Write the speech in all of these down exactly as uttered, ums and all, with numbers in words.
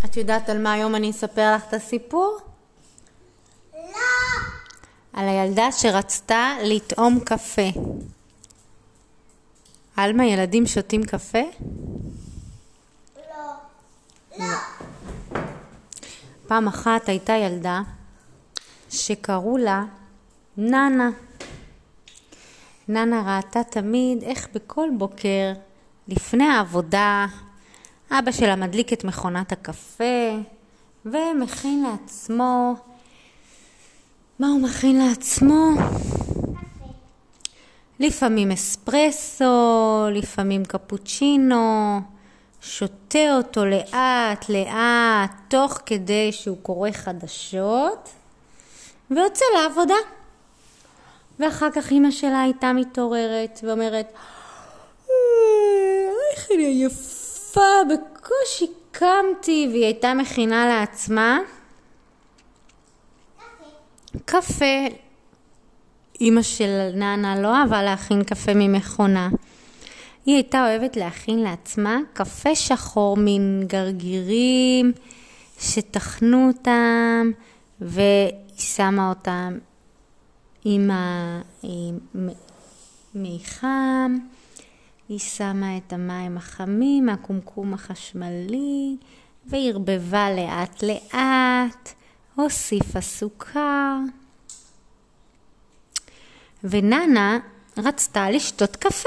את יודעת על מה היום אני אספר לך את הסיפור? לא. על הילדה שרצתה לטעום קפה. אלמה, ילדים שותים קפה? לא. לא. פעם אחת הייתה ילדה שקראו לה ננה. ננה ראתה תמיד איך בכל בוקר לפני העבודה אבא שלה מדליק את מכונת הקפה ומכין לעצמו. מה הוא מכין לעצמו? קפה. לפעמים אספרסו, לפעמים קפוצ'ינו, שותה אותו לאט לאט תוך כדי שהוא קורא חדשות ויוצא לעבודה. ואחר כך אמא שלה הייתה מתעוררת ואומרת, איך אני עייפה, בקושי קמתי, והיא הייתה מכינה לעצמה קפה. קפה. אמא של ננה לא אהבה להכין קפה ממכונה. היא הייתה אוהבת להכין לעצמה קפה שחור מן גרגירים שטחנו אותם, והיא שמה אותם עם מי חם. היא שמה את המים החמים מהקומקום החשמלי והרבבה לאט לאט, הוסיפה סוכר. וננה רצתה לשתות קפה.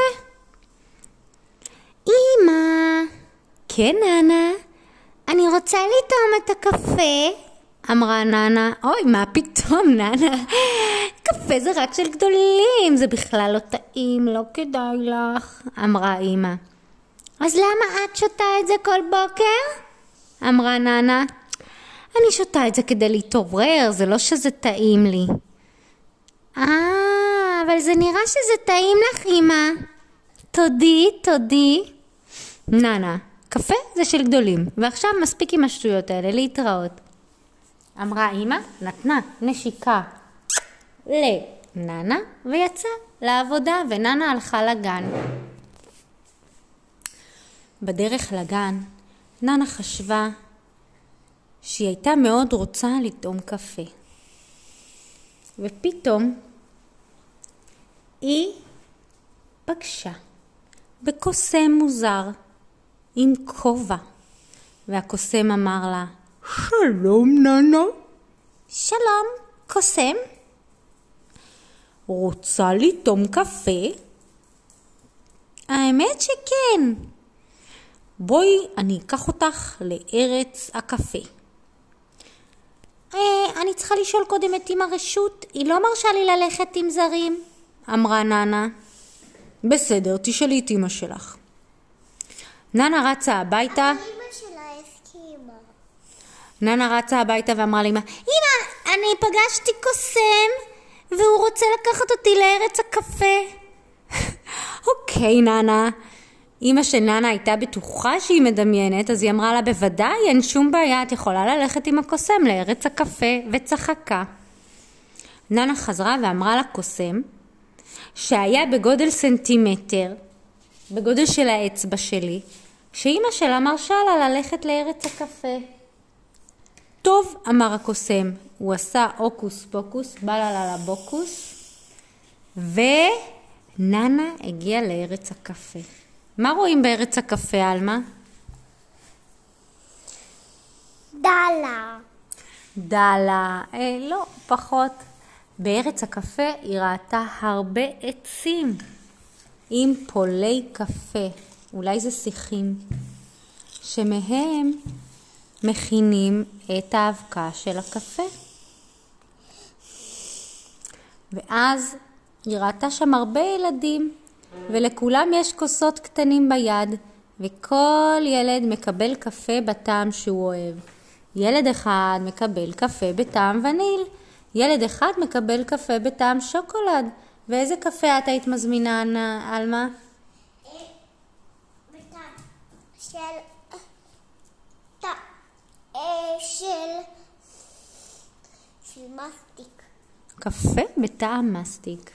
אמא, כן ננה, אני רוצה לטעום את הקפה. אמרה ננה, אוי, מה פתאום ננה? קפה זה רק של גדולים, זה בכלל לא טעים, לא כדאי לך. אמרה אמא. אז למה את שותה את זה כל בוקר? אמרה ננה. אני שותה את זה כדי להתעורר, זה לא שזה טעים לי. אה, אבל זה נראה שזה טעים לך אמא. תודי, תודי. ננה, קפה זה של גדולים, ועכשיו מספיק עם השטויות האלה, להתראות. אמרה אמא, נתנה נשיקה לננה ויצאה לעבודה, וננה הלכה לגן. בדרך לגן ננה חשבה שהיא הייתה מאוד רוצה לטעום קפה, ופתאום היא פגשה בקוסם מוזר עם כובע, והקוסם אמר לה, שלום ננה. שלום, קוסם. רוצה לטעום קפה? האמת שכן. בואי אני אקח אותך לארץ הקפה. אה, אני צריכה לשאול קודם את אמא רשות, היא לא מרשה לי ללכת עם זרים, אמרה ננה. בסדר, תשאלי את אמא שלך. ננה רצה הביתה. אבל אמא שלה הסכימה. ננה רצה הביתה ואמרה לאמא, אמא, אני פגשתי קוסם והוא רוצה לקחת אותי לארץ הקפה. אוקיי ננה. אמא של ננה הייתה בטוחה שהיא מדמיינת, אז היא אמרה לה, בוודאי, אין שום בעיה, את יכולה ללכת עם הקוסם לארץ הקפה, וצחקה. ננה חזרה ואמרה לקוסם שהיה בגודל סנטימטר, בגודל של האצבע שלי, שאמא שלה מרשה לה ללכת לארץ הקפה. טוב, אמר הקוסם, הוא עשה אוקוס פוקוס, בללה לבוקוס, וננה הגיעה לארץ הקפה. מה רואים בארץ הקפה, אלמה? דלה. דלה, אה, לא, פחות. בארץ הקפה היא ראתה הרבה עצים עם פולי קפה, אולי זה שיחים, שמהם מכינים את האבקה של הקפה. ואז היא ראתה שם הרבה ילדים, ולכולם יש כוסות קטנים ביד, וכל ילד מקבל קפה בטעם שהוא אוהב. ילד אחד מקבל קפה בטעם וניל, ילד אחד מקבל קפה בטעם שוקולד. ואיזה קפה את היית מזמינה, אלמה? בטעם של של של מסטיק. קפה בטעם מסטיק.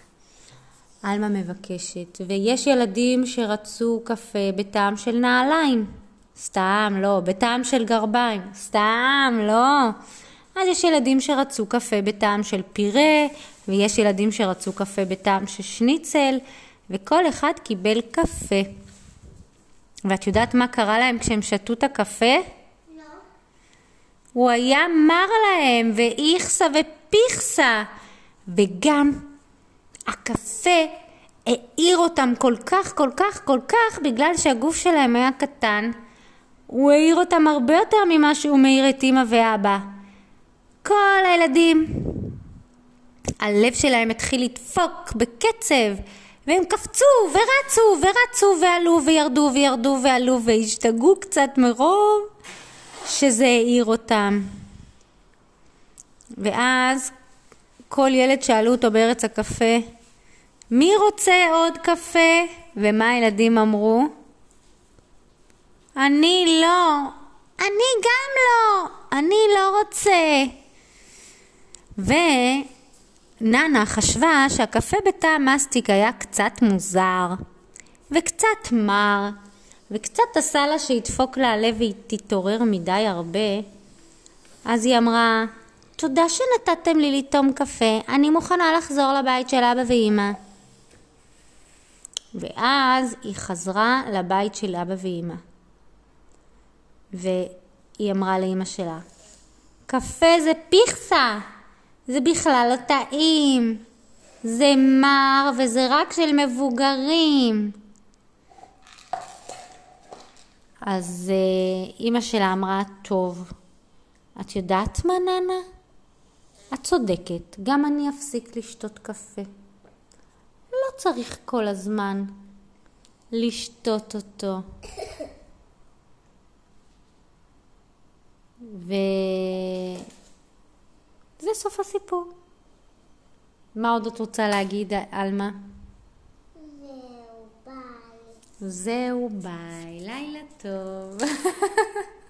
אלמה מבקשת. ויש ילדים שרצו קפה בטעם של נעליים. סתם לא. בטעם של גרביים? סתם לא. אז יש ילדים שרצו קפה בטעם של פירה, ויש ילדים שרצו קפה בטעם של שניצל, וכל אחד קיבל קפה. ואת יודעת מה קרה להם כשהם שתו את הקפה? לא. הוא היה מר להם, ואיכסה ופיכסה. וגם הקפה העיר אותם כל כך, כל כך, כל כך, בגלל שהגוף שלהם היה קטן. הוא העיר אותם הרבה יותר ממה שהוא מעיר את אמא ואבא. כל הילדים, הלב שלהם התחיל לדפוק בקצב, והם קפצו ורצו ורצו ועלו וירדו וירדו ועלו והשתגעו קצת מרוב שזה העיר אותם. ואז כל ילד שאלו אותו בארץ הקפה, מי רוצה עוד קפה? ומה הילדים אמרו? אני לא, אני גם לא, אני לא רוצה. וננה חשבה שהקפה בטעם מסטיק היה קצת מוזר, וקצת מר, וקצת עשה לה שידפוק לה הלב והיא תתעורר מדי הרבה. אז היא אמרה, תודה שנתתם לי לטעום קפה, אני מוכנה לחזור לבית של אבא ואמא. ואז היא חזרה לבית של אבא ואמא. והיא אמרה לאמא שלה, קפה זה פיכסה, זה בכלל לא טעים, זה מר וזה רק של מבוגרים. אז אמא שלה אמרה, טוב, את יודעת מה ננה? את צודקת, גם אני אפסיק לשתות קפה. לא צריך כל הזמן לשתות אותו. וזה סוף הסיפור. מה עוד את רוצה להגיד, אלמה? זהו, ביי. זהו, ביי. לילה טוב.